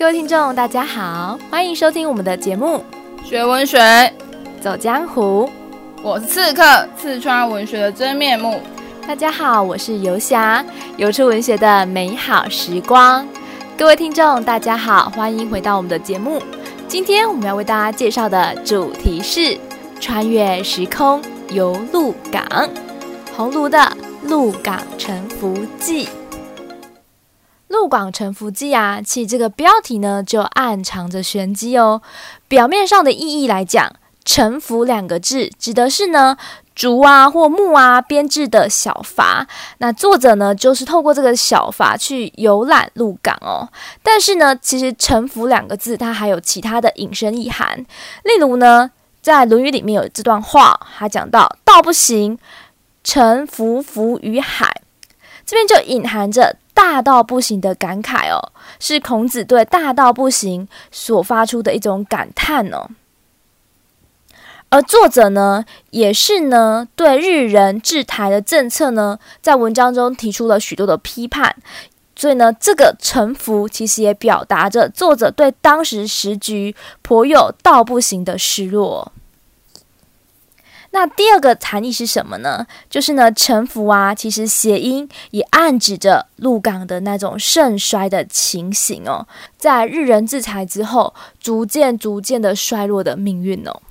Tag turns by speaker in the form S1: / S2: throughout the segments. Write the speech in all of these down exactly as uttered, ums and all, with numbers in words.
S1: 各位听众大家好，欢迎收听我们的节目
S2: 学文学
S1: 走江湖，
S2: 我是刺客，刺穿文学的真面目。
S1: 大家好，我是游侠，游出文学的美好时光。各位听众大家好，欢迎回到我们的节目。今天我们要为大家介绍的主题是穿越时空游鹿港，鸿胪的《鹿港沉浮记》。鹿港沉浮记啊，其实这个标题呢就暗藏着玄机哦。表面上的意义来讲，沉浮两个字指的是呢竹啊或木啊编制的小筏，那作者呢就是透过这个小筏去游览鹿港哦。但是呢，其实沉浮两个字它还有其他的引申意涵，例如呢，在《论语》里面有这段话，他讲到道不行，沉浮浮于海，这边就隐含着大道不行的感慨哦，是孔子对大道不行所发出的一种感叹哦。而作者呢，也是呢对日人治台的政策呢，在文章中提出了许多的批判，所以呢，这个沉浮其实也表达着作者对当时时局颇有道不行的失落。那第二个含义是什么呢？就是呢，沉浮啊，其实谐音也暗指着鹿港的那种盛衰的情形哦，在日人治台之后，逐渐逐渐的衰落的命运哦。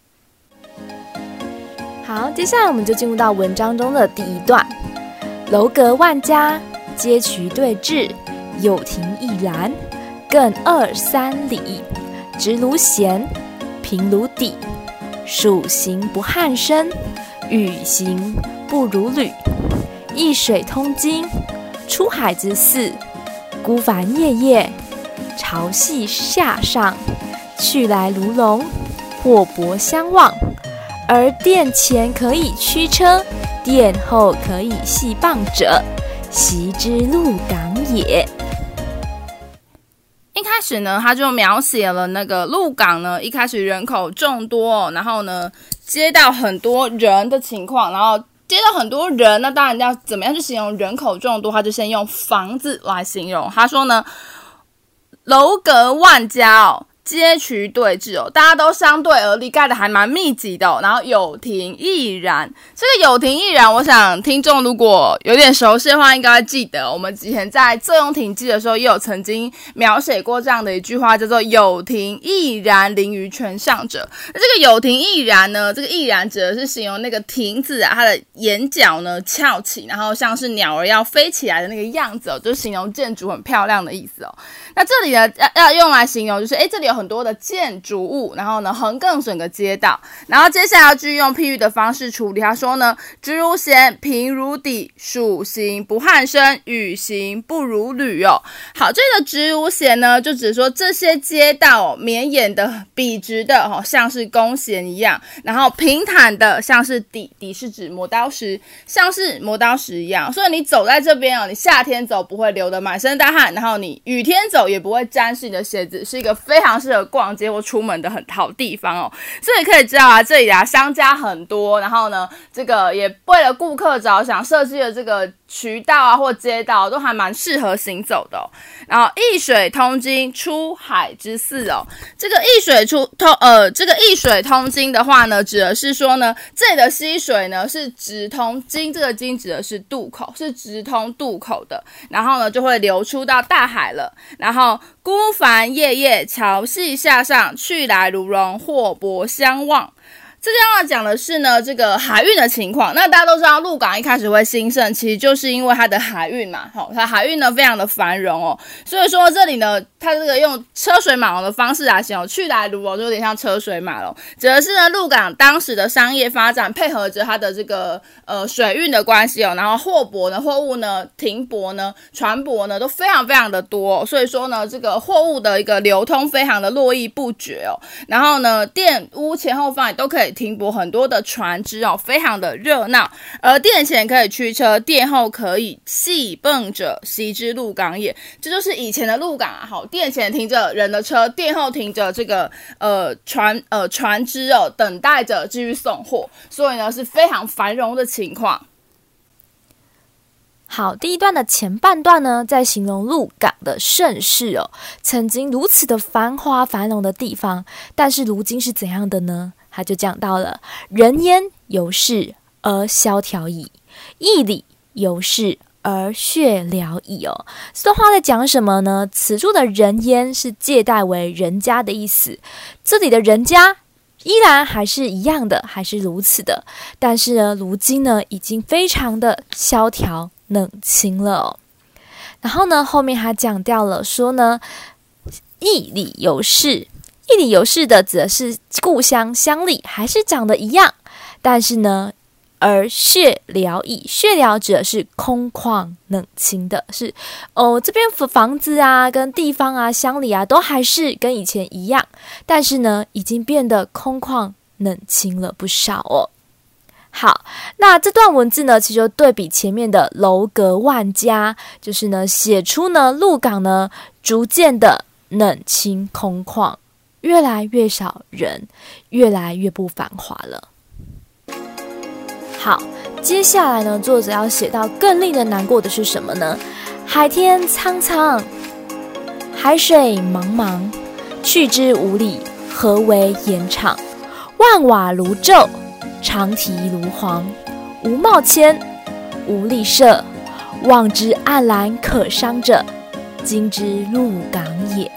S1: 好，接下来我们就进入到文章中的第一段。楼阁万家，街渠对峙，有亭亦然，更二三里，直如弦，平如砥，暑行不汗身，雨行不如履。一水通津，出海之肆，孤帆夜夜，潮汐下上，去来如龙，货帛相望。而殿前可以驱车，殿后可以系棒者，习之鹿港也。
S2: 一开始呢，他就描写了那个鹿港呢，一开始人口众多，然后呢，接到很多人的情况，然后接到很多人，那当然要怎么样去形容人口众多？他就先用房子来形容。他说呢，楼阁万家哦。街渠对峙哦，大家都相对而立，盖的还蛮密集的哦。然后有亭亦然，这个有亭亦然，我想听众如果有点熟悉的话，应该会记得，我们之前在《醉翁亭记》的时候，也有曾经描写过这样的一句话，叫做"有亭亦然，凌于泉上者"。那这个有亭亦然呢，这个亦然指的是形容那个亭子啊，它的眼角呢翘起，然后像是鸟儿要飞起来的那个样子哦，就是形容建筑很漂亮的意思哦。那这里呢，要要用来形容就是，诶，这里有很多的建筑物，然后呢，横亘整个街道，然后接下来要继续用譬喻的方式处理。他说呢，直如弦，平如砥，暑行不汗身，雨行不如履哦。好，这个直如弦呢，就指说这些街道哦，绵延的、笔直的哦，像是弓弦一样，然后平坦的，像是砥，砥是指磨刀石，像是磨刀石一样。所以你走在这边哦，你夏天走不会流得满身大汗，然后你雨天走也不会沾湿你的鞋子，是一个非常适合逛街或出门的很好地方哦。所以可以知道啊，这里啊商家很多，然后呢，这个也为了顾客着想，设计了这个渠道啊或街道都还蛮适合行走的哦。然后一水通津，出海之肆哦。这个一水出通呃，这个一水通津的话呢，指的是说呢，这里的溪水呢是直通津，这个津指的是渡口，是直通渡口的，然后呢就会流出到大海了。然后孤帆夜夜，潮汐下上，去来如龙，货帛相望。这地方讲的是呢，这个海运的情况。那大家都知道，鹿港一开始会兴盛，其实就是因为它的海运嘛，好，它海运呢非常的繁荣哦。所以说这里呢，它这个用车水马龙的方式来形容，去来如龙，就有点像车水马龙，指的是呢鹿港当时的商业发展，配合着它的这个呃水运的关系哦，然后货帛呢、货物呢、停泊呢、船舶呢都非常非常的多哦，所以说呢，这个货物的一个流通非常的络绎不绝哦。然后呢，店屋前后方也都可以停泊很多的船只哦，非常的热闹。而殿前可以驱车，殿后可以系泵者，习之鹿港也。这就是以前的鹿港啊，好，殿前停着人的车，殿后停着这个呃船呃船只哦，等待着继续送货，所以呢是非常繁荣的情况。
S1: 好，第一段的前半段呢，在形容鹿港的盛世哦，曾经如此的繁华繁荣的地方，但是如今是怎样的呢？他就讲到了人烟犹是而萧条矣，义理犹是而血寥矣哦。这段话在讲什么呢？此处的人烟是借代为人家的意思，这里的人家依然还是一样的，还是如此的，但是呢，如今呢，已经非常的萧条冷清了哦。然后呢，后面还讲掉了说呢，义理犹是，义理犹是的指的是故乡乡里还是长得一样，但是呢，而血寥矣，血寥指的是空旷冷清的，是哦，这边房子啊跟地方啊乡里啊都还是跟以前一样，但是呢已经变得空旷冷清了不少哦。好，那这段文字呢其实就对比前面的楼阁万家，就是呢写出呢鹿港呢逐渐的冷清空旷，越来越少人，越来越不繁华了。好，接下来呢，作者要写到更令人难过的是什么呢？海天苍苍，海水茫茫，去之无理，何为盐场？万瓦如昼，长堤如黄。无帽牵，无立舍，望之黯然可伤者，今之鹿港也。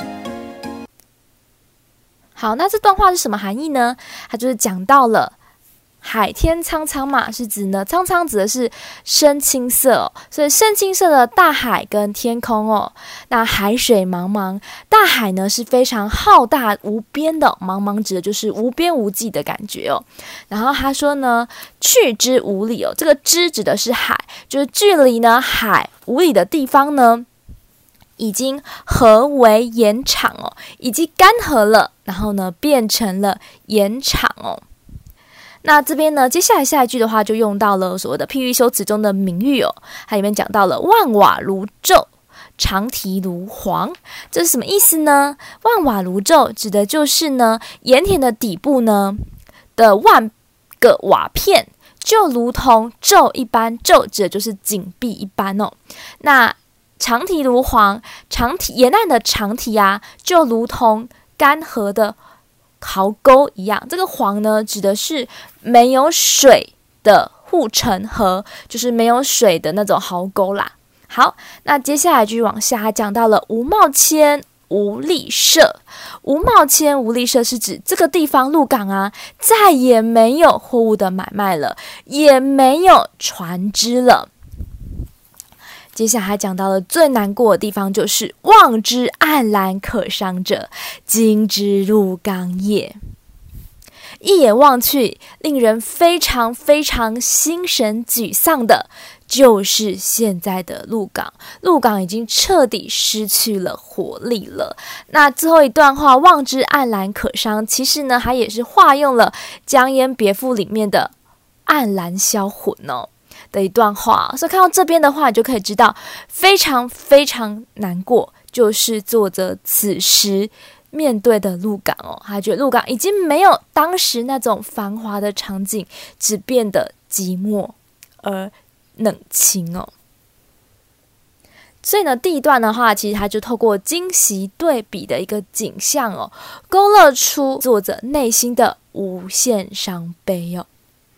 S1: 好，那这段话是什么含义呢？它就是讲到了海天苍苍嘛，是指呢，苍苍指的是深青色哦，所以深青色的大海跟天空哦。那海水茫茫，大海呢是非常浩大无边的，茫茫指的就是无边无际的感觉哦。然后他说呢，去之无里哦，这个之指的是海，就是距离呢海无里的地方呢，已经合为盐场哦，已经干涸了，然后呢变成了盐场哦。那这边呢，接下来下一句的话就用到了所谓的譬喻修辞中的名喻哦，它里面讲到了万瓦如昼，长堤如黄，这是什么意思呢？万瓦如昼指的就是呢，盐田的底部呢的万个瓦片就如同昼一般，昼指的就是井壁一般哦。那长堤如黄，长堤沿岸的长堤啊，就如同干涸的壕沟一样。这个黄呢，指的是没有水的护城河，就是没有水的那种壕沟啦。好，那接下来继续往下，还讲到了无帽牵，无立舍。无帽牵，无立舍是指这个地方鹿港啊，再也没有货物的买卖了，也没有船只了。接下来还讲到了最难过的地方，就是望之黯然可伤者，今之鹿港也。一眼望去，令人非常非常心神沮丧的，就是现在的鹿港。鹿港已经彻底失去了活力了。那最后一段话，望之黯然可伤，其实呢，它也是化用了《江淹别赋》里面的黯然销魂哦的一段话，所以看到这边的话，你就可以知道非常非常难过，就是作者此时面对的鹿港哦，他觉得鹿港已经没有当时那种繁华的场景，只变得寂寞而冷清哦。所以呢，第一段的话，其实他就透过今昔对比的一个景象哦，勾勒出作者内心的无限伤悲哦。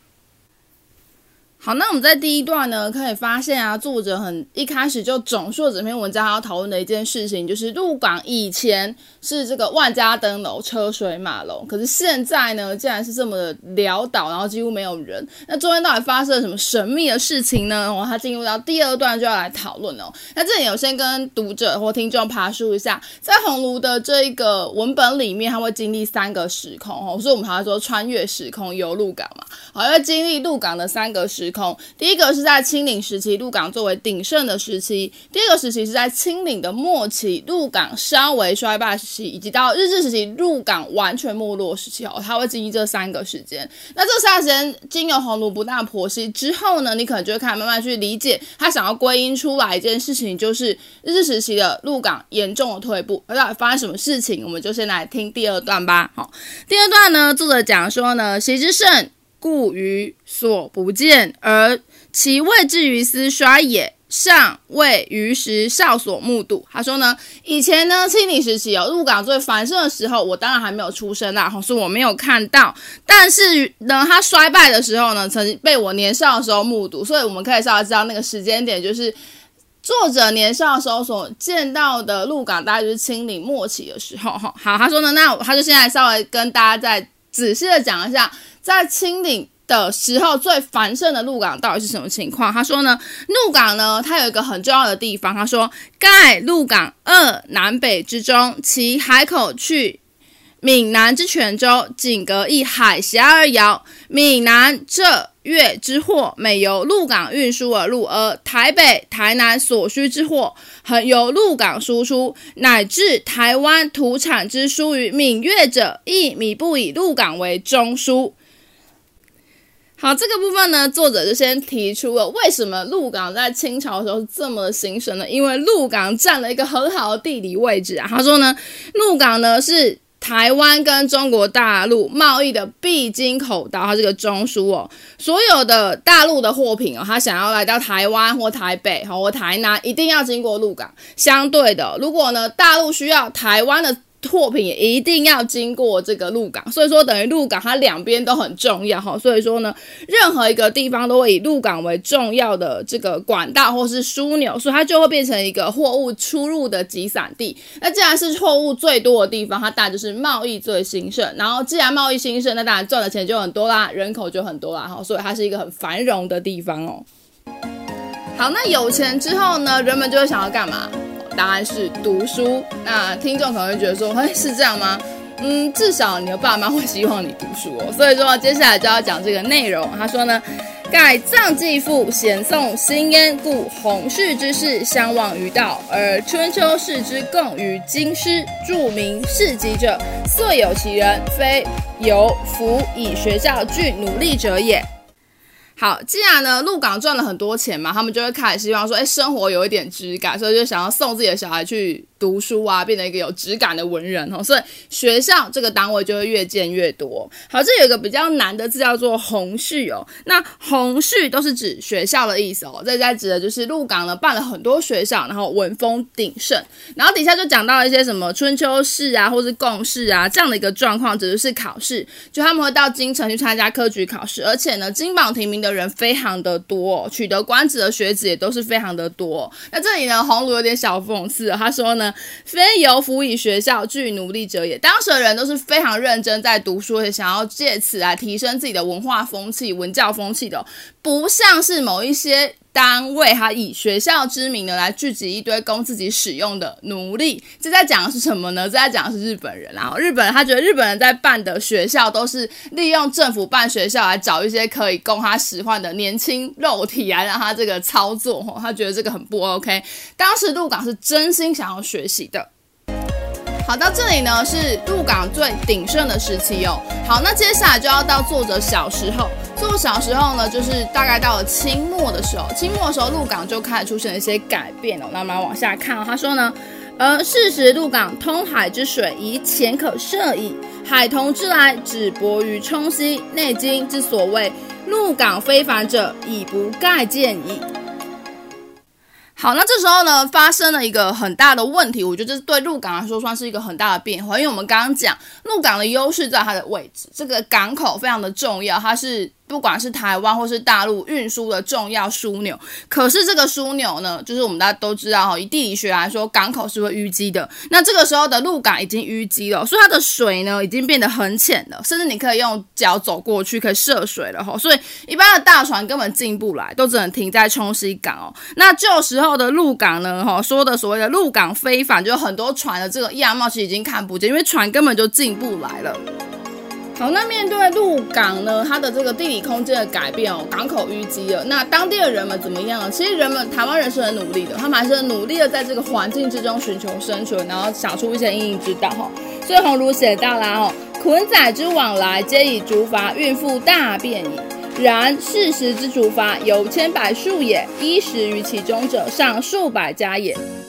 S2: 好，那我们在第一段呢，可以发现啊，作者很一开始就总述整篇文章要讨论的一件事情，就是鹿港以前是这个万家灯楼、车水马龙，可是现在呢，竟然是这么的潦倒，然后几乎没有人。那中间到底发生了什么神秘的事情呢？哦，他进入到第二段就要来讨论哦。那这里有先跟读者或听众爬梳一下，在鸿胪的这一个文本里面，它会经历三个时空哦，所以我们还会说穿越时空游鹿港嘛。好，要经历鹿港的三个时空。第一个是在清领时期，鹿港作为鼎盛的时期；第二个时期是在清领的末期，鹿港稍微衰败时期，以及到日治时期，鹿港完全没落时期。它会经历这三个时间。那这三个时间经由鸿胪不断剖析之后呢，你可能就会开始慢慢去理解，他想要归因出来一件事情，就是日治时期的鹿港严重的退步。而到底发生什么事情，我们就先来听第二段吧。好，第二段呢，作者讲说呢，习之胜故于所不见，而其未至于斯衰也。 尚未于时少所目睹。他说呢，以前呢清领时期哦，鹿港最繁盛的时候，我当然还没有出生啦，所以我没有看到。但是呢，它衰败的时候呢，曾经被我年少的时候目睹，所以我们可以稍微知道那个时间点，就是作者年少的时候所见到的鹿港，大概就是清领末期的时候。好，他说呢，那他就现在稍微跟大家再仔细的讲一下，在清领的时候最繁盛的鹿港到底是什么情况。他说呢，鹿港呢它有一个很重要的地方，他说盖鹿港二南北之中，其海口去闽南之泉州，仅隔一海峡而遥。闽南浙粤之货，每由鹿港运输而入，而台北台南所需之货，恒由鹿港输出，乃至台湾土产之输于闽粤者，亦米不以鹿港为中枢。好，这个部分呢，作者就先提出了为什么鹿港在清朝的时候是这么的兴盛呢？因为鹿港占了一个很好的地理位置啊。他说呢，鹿港呢是台湾跟中国大陆贸易的必经口道，它是个中枢哦。所有的大陆的货品哦，它想要来到台湾或台北或台南，一定要经过鹿港。相对的，如果呢大陆需要台湾的货品，也一定要经过这个鹿港，所以说等于鹿港它两边都很重要哈。所以说呢，任何一个地方都会以鹿港为重要的这个管道或是枢纽，所以它就会变成一个货物出入的集散地。那既然是货物最多的地方，它当然就是贸易最兴盛。然后既然贸易兴盛，那当然赚的钱就很多啦，人口就很多啦哈，所以它是一个很繁荣的地方哦。好，那有钱之后呢，人们就会想要干嘛？答案是读书。那听众可能会觉得说，嘿，是这样吗？嗯，至少你的爸妈会希望你读书哦。所以说，接下来就要讲这个内容。他说呢，盖藏继父显宋兴焉，故洪氏之士相忘于道，而春秋士之共于京师，著名事迹者，遂有其人，非由辅以学校具努力者也。好，既然呢鹿港赚了很多钱嘛，他们就会开始希望说，哎，生活有一点质感，所以就想要送自己的小孩去读书啊，变成一个有质感的文人哦，所以学校这个单位就会越建越多。好，这有一个比较难的字叫做洪序哦，那洪序都是指学校的意思哦，这在指的就是鹿港呢办了很多学校，然后文风鼎盛，然后底下就讲到一些什么春秋试啊，或是贡试啊这样的一个状况，指的是考试，就他们会到京城去参加科举考试，而且呢金榜题名的人非常的多哦，取得官职的学子也都是非常的多哦。那这里呢洪儒有点小讽刺哦，他说呢，非由辅以学校具努力者也。当时的人都是非常认真在读书，也想要借此来提升自己的文化风气、文教风气的哦，不像是某一些单位他以学校之名呢来聚集一堆供自己使用的奴隶。这在讲的是什么呢？这在讲的是日本人。然后日本人他觉得日本人在办的学校都是利用政府办学校来找一些可以供他使唤的年轻肉体来让他这个操作，他觉得这个很不 OK。当时鹿港是真心想要学习的。好，到这里呢是鹿港最鼎盛的时期哦。好，那接下来就要到作者小时候。作者小时候呢，就是大概到了清末的时候，清末的时候鹿港就开始出现了一些改变哦。那我们往下看哦，他说呢，而是时鹿港通海之水，宜浅可涉矣。海同之来，只泊于冲溪。内经之所谓鹿港非凡者，已不盖见矣。好，那这时候呢，发生了一个很大的问题，我觉得这对鹿港来说算是一个很大的变化，因为我们刚刚讲鹿港的优势在它的位置，这个港口非常的重要，它是不管是台湾或是大陆运输的重要枢纽。可是这个枢纽呢，就是我们大家都知道，以地理学来说，港口是会淤积的。那这个时候的鹿港已经淤积了，所以它的水呢已经变得很浅了，甚至你可以用脚走过去，可以涉水了。所以一般的大船根本进不来，都只能停在冲溪港哦。那旧时候的鹿港呢，说的所谓的鹿港非凡，就很多船的这个样貌其实已经看不见，因为船根本就进不来了。好，那面对鹿港呢，它的这个地理空间的改变哦，港口淤积了，那当地的人们怎么样呢？其实人们台湾人是很努力的，他们还是很努力的在这个环境之中寻求生存，然后想出一些因应之道哈。所以洪儒写到啦哈，捆载之往来，皆以竹筏运复大便矣。然世时之竹筏有千百数也，衣食于其中者尚数百家也。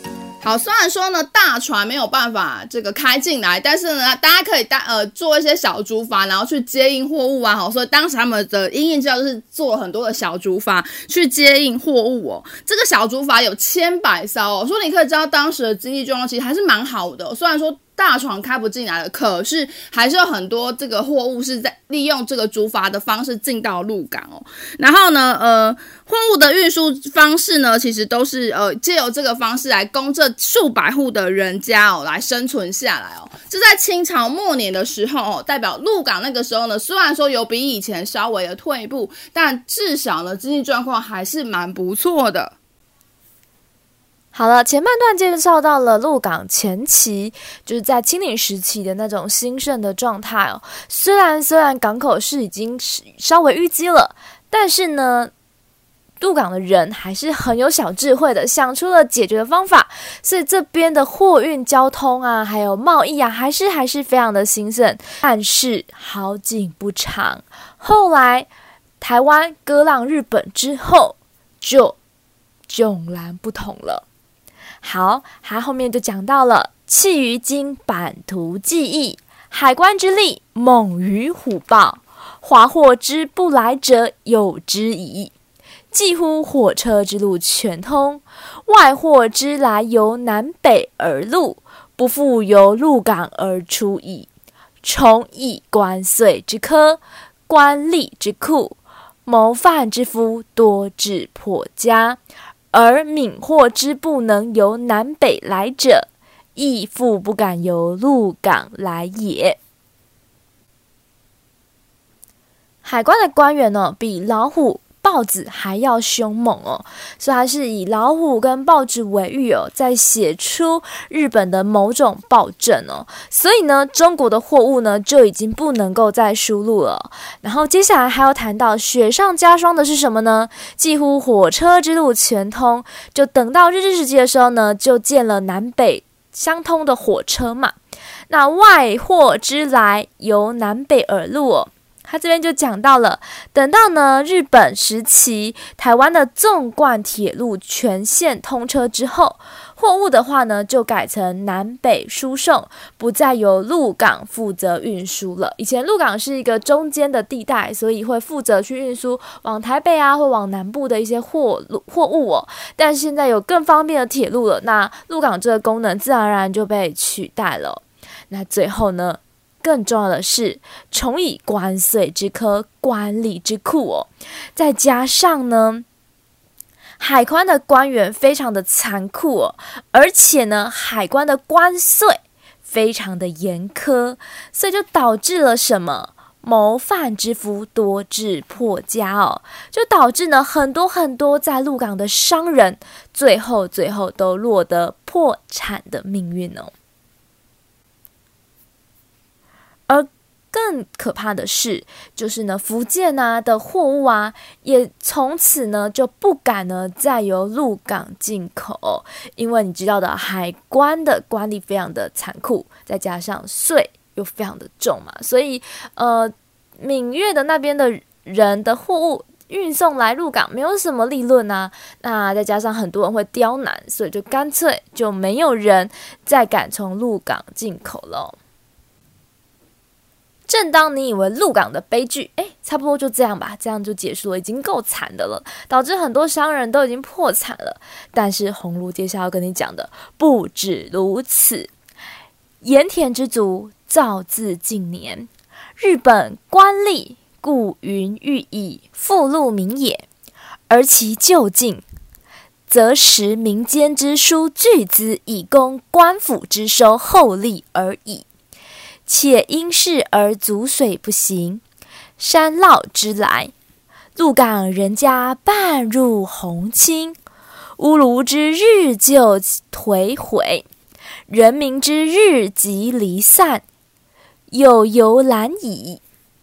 S2: 好，虽然说呢大船没有办法这个开进来，但是呢大家可以搭呃做一些小竹筏，然后去接应货物啊。好，所以当时他们的因应之道就是做了很多的小竹筏去接应货物哦。这个小竹筏有千百艘哦，所以你可以知道当时的经济状况其实还是蛮好的哦。虽然说大船开不进来了，可是还是有很多这个货物是在利用这个竹筏的方式进到鹿港哦。然后呢，呃，货物的运输方式呢，其实都是呃借由这个方式来供这数百户的人家哦来生存下来哦。这在清朝末年的时候哦，代表鹿港那个时候呢，虽然说有比以前稍微的退步，但至少呢经济状况还是蛮不错的。
S1: 好了，前半段介绍到了鹿港前期，就是在清领时期的那种兴盛的状态哦。虽然虽然港口是已经稍微淤积了，但是呢，鹿港的人还是很有小智慧的，想出了解决的方法，所以这边的货运交通啊，还有贸易啊，还是还是非常的兴盛。但是好景不长，后来台湾割让日本之后，就迥然不同了。好，他后面就讲到了弃于今版图记忆，海关之力猛于虎豹，华货之不来者有之矣。几乎火车之路全通，外货之来由南北而入，不复由鹿港而出矣。从以关税之苛，官吏之酷，谋犯之夫多至破家。而闽货之不能由南北来者，亦复不敢由鹿港来也。海关的官员呢，比老虎、豹子还要凶猛哦，所以他是以老虎跟豹子为喻哦，在写出日本的某种暴政哦，所以呢，中国的货物呢就已经不能够再输入了。然后接下来还要谈到雪上加霜的是什么呢？几乎火车之路全通，就等到日治时期的时候呢，就建了南北相通的火车嘛。那外货之来由南北而入哦。他这边就讲到了，等到呢日本时期台湾的纵贯铁路全线通车之后，货物的话呢就改成南北输送，不再由鹿港负责运输了。以前鹿港是一个中间的地带，所以会负责去运输往台北啊或往南部的一些货货物哦。但现在有更方便的铁路了，那鹿港这个功能自然而然就被取代了。那最后呢，更重要的是，重以关税之苛，官吏之酷哦，再加上呢，海关的官员非常的残酷哦，而且呢，海关的关税非常的严苛，所以就导致了什么？谋犯之夫多至破家哦，就导致呢很多很多在鹿港的商人，最后最后都落得破产的命运哦。而更可怕的是，就是呢，福建啊的货物啊，也从此呢就不敢呢再由鹿港进口，因为你知道的，海关的管理非常的残酷，再加上税又非常的重嘛，所以呃，闽粤的那边的人的货物运送来鹿港没有什么利润啊，那再加上很多人会刁难，所以就干脆就没有人再敢从鹿港进口了。正当你以为鹿港的悲剧，哎，差不多就这样吧，这样就结束了，已经够惨的了，导致很多商人都已经破产了。但是红炉接下来要跟你讲的不止如此，盐田之族造自近年，日本官吏故云欲以复录民也，而其就近，则实民间之书巨资以供官府之收厚利而已。且因事而阻水不行，山涝之来，鹿港人家半入红倾，乌卢之日就颓毁，人民之日即离散，有由难矣。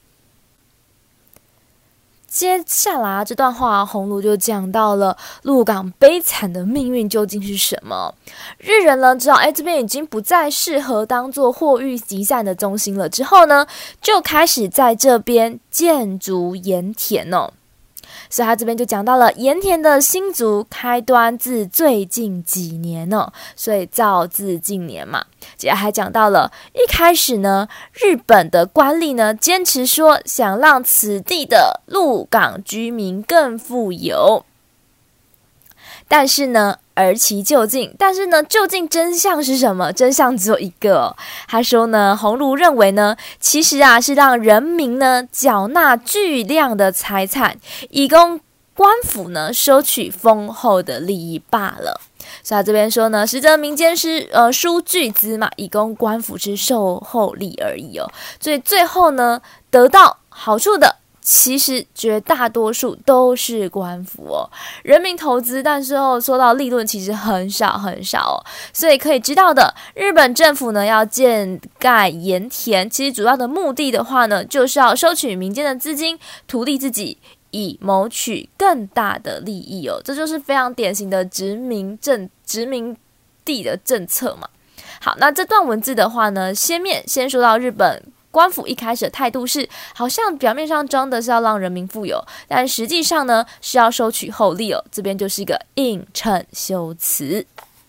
S1: 接下来、啊、这段话，红炉就讲到了鹿港悲惨的命运究竟是什么。日人呢知道，哎，这边已经不再适合当做货运集散的中心了，之后呢，就开始在这边建筑盐田哦。 所以他这边就讲到了盐田的新竹开端自最近几年哦，所以造自近年嘛。接着还讲到了一开始呢，日本的官吏呢坚持说想让此地的鹿港居民更富有，但是呢而其究竟，但是呢，究竟真相是什么？真相只有一个哦。他说呢，鸿胪认为呢，其实啊是让人民呢缴纳巨量的财产，以供官府呢收取丰厚的利益罢了。所以他这边说呢，实则民间是呃输巨资嘛，以供官府之售后利而已哦。所以最后呢，得到好处的，其实绝大多数都是官府哦，人民投资，但是后收到利润其实很少很少哦。所以可以知道的，日本政府呢要建盖盐田，其实主要的目的的话呢，就是要收取民间的资金，图利自己，以谋取更大的利益哦。这就是非常典型的殖民政殖民地的政策嘛。好，那这段文字的话呢，先面先说到日本官府一开始的态度是，好像表面上装的是要让人民富有，但实际上呢是要收取厚利哦。这边就是一个映衬修辞。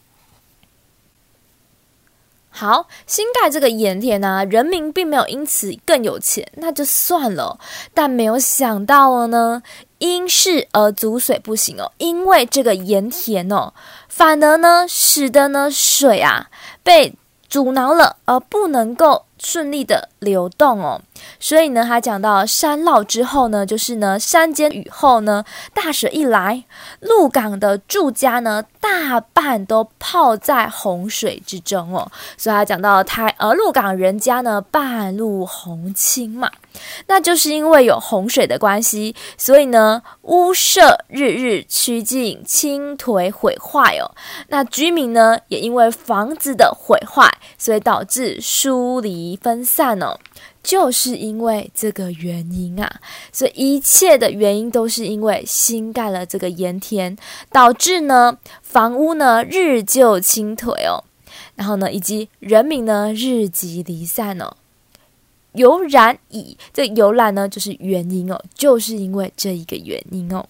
S1: 好，新盖这个盐田啊，人民并没有因此更有钱，那就算了。但没有想到了呢，因势而阻水不行哦，因为这个盐田哦，反而呢使得呢水啊被阻挠了，而不能够顺利的流动哦。所以呢他讲到山涝之后呢，就是呢山间雨后呢，大水一来，鹿港的住家呢大半都泡在洪水之中哦。所以他讲到台呃鹿港人家呢半路洪倾嘛，那就是因为有洪水的关系，所以呢屋舍日日趋近倾颓毁坏哦。那居民呢也因为房子的毁坏，所以导致疏离分散哦。就是因为这个原因啊，所以一切的原因都是因为新盖了这个盐田，导致呢房屋呢日就倾颓哦，然后呢以及人民呢日极离散哦。由然以这由然呢就是原因哦，就是因为这一个原因哦。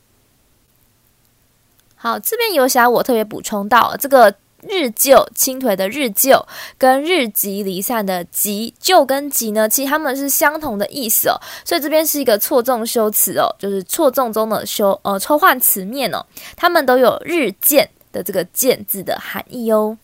S1: 好，这边有想我特别补充到这个日就倾颓的日就跟日极离散的极，就跟极呢其实他们是相同的意思哦，所以这边是一个错综修辞哦，就是错综中的修呃抽换词面哦，他们都有日渐的这个渐字的含义哦。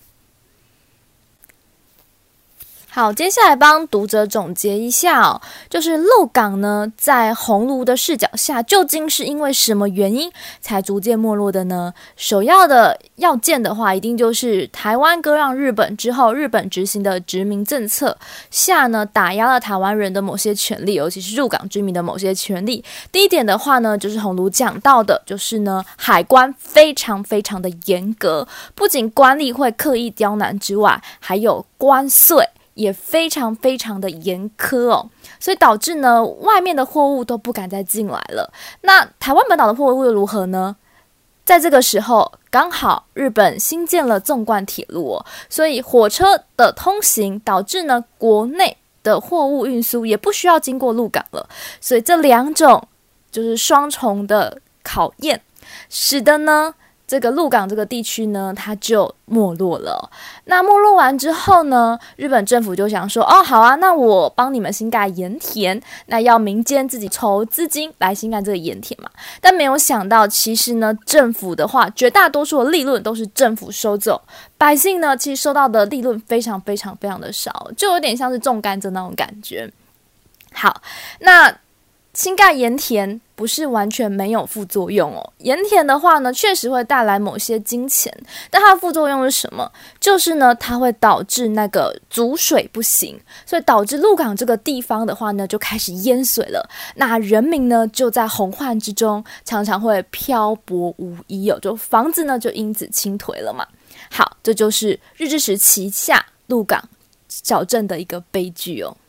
S1: 好，接下来帮读者总结一下哦，就是鹿港呢，在鸿胪的视角下，究竟是因为什么原因才逐渐没落的呢？首要的要件的话，一定就是台湾割让日本之后，日本执行的殖民政策下呢，打压了台湾人的某些权利，尤其是入港居民的某些权利。第一点的话呢，就是鸿胪讲到的，就是呢，海关非常非常的严格，不仅官吏会刻意刁难之外，还有关税也非常非常的严苛哦，所以导致呢外面的货物都不敢再进来了。那台湾本岛的货物又如何呢？在这个时候刚好日本新建了纵贯铁路哦，所以火车的通行导致呢国内的货物运输也不需要经过鹿港了，所以这两种就是双重的考验，使得呢这个鹿港这个地区呢，它就没落了。那没落完之后呢，日本政府就想说，哦，好啊，那我帮你们新盖盐田，那要民间自己筹资金来新盖这个盐田嘛。但没有想到，其实呢，政府的话，绝大多数的利润都是政府收走，百姓呢，其实收到的利润非常非常非常的少，就有点像是种甘蔗那种感觉。好，那新盖盐田不是完全没有副作用哦。盐田的话呢，确实会带来某些金钱，但它的副作用是什么？就是呢，它会导致那个阻水不行，所以导致鹿港这个地方的话呢，就开始淹水了。那人民呢，就在洪患之中，常常会漂泊无依哦，就房子呢就因此倾颓了嘛。好，这就是日治时期下鹿港小镇的一个悲剧哦。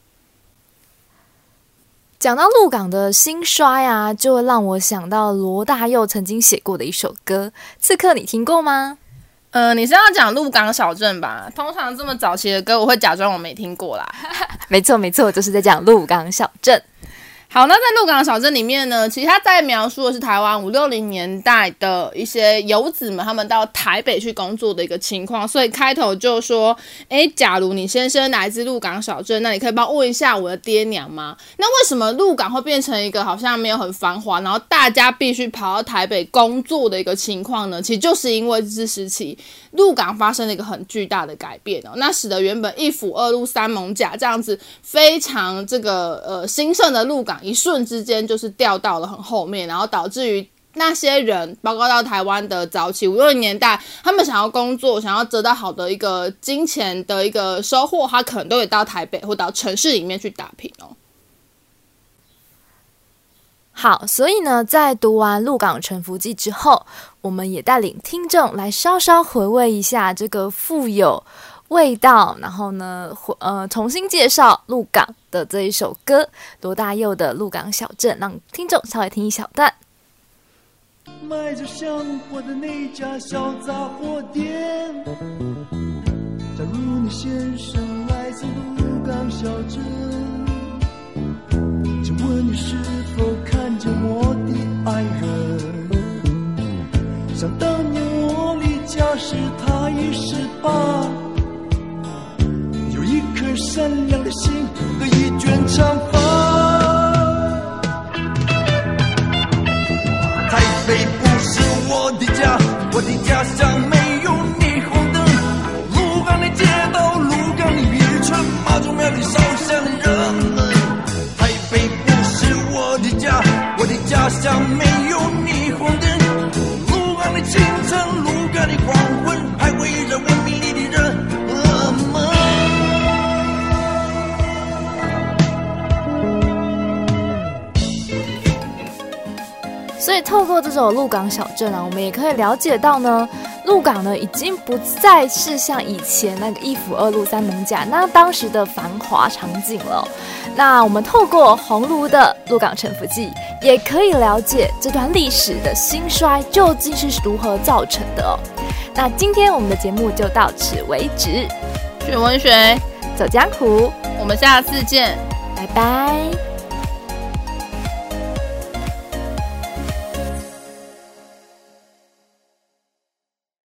S1: 讲到鹿港的兴衰啊，就会让我想到罗大佑曾经写过的一首歌，刺客你听过吗？
S2: 呃，你是要讲鹿港小镇吧？通常这么早期的歌，我会假装我没听过啦。
S1: 没错没错，就是在讲鹿港小镇。
S2: 好，那在鹿港小镇里面呢，其实他在描述的是台湾五六零年代的一些游子们他们到台北去工作的一个情况，所以开头就说，诶，假如你先生来自鹿港小镇，那你可以帮我问一下我的爹娘吗？那为什么鹿港会变成一个好像没有很繁华，然后大家必须跑到台北工作的一个情况呢？其实就是因为日治时期鹿港发生了一个很巨大的改变哦，那使得原本一府二鹿三艋舺这样子非常这个呃兴盛的鹿港一瞬之间就是掉到了很后面，然后导致于那些人包括到台湾的早期五六零年代，他们想要工作想要得到好的一个金钱的一个收获，他可能都得到台北或到城市里面去打拼哦。
S1: 好，所以呢，在读完《鹿港沉浮记》之后，我们也带领听众来稍稍回味一下这个富有味道，然后呢，呃，重新介绍鹿港的这一首歌，罗大佑的《鹿港小镇》，让听众稍微听一小段。
S3: 卖着香火的那家小杂货店，假如你先生来自鹿港小镇，请问你是否看见我的爱人？想当年我离家时他已十八，有一颗善良的心和一卷长发。台北不是我的家，我的家乡没有霓虹灯。鹿港的街道，鹿港的渔村，妈祖庙里烧香的人们。台北不是我的家，我的家乡没有霓虹灯。鹿港的清晨，鹿港的黄昏，还围着文明里的人们。
S1: 所以透过这首鹿港小镇啊，我们也可以了解到呢，鹿港呢已经不再是像以前那个一府二鹿三艋舺那当时的繁华场景了。那我们透过鸿儒的《鹿港沉浮记》，也可以了解这段历史的兴衰究竟是如何造成的哦。那今天我们的节目就到此为止，
S2: 学文学，
S1: 走江湖，
S2: 我们下次见，
S1: 拜拜。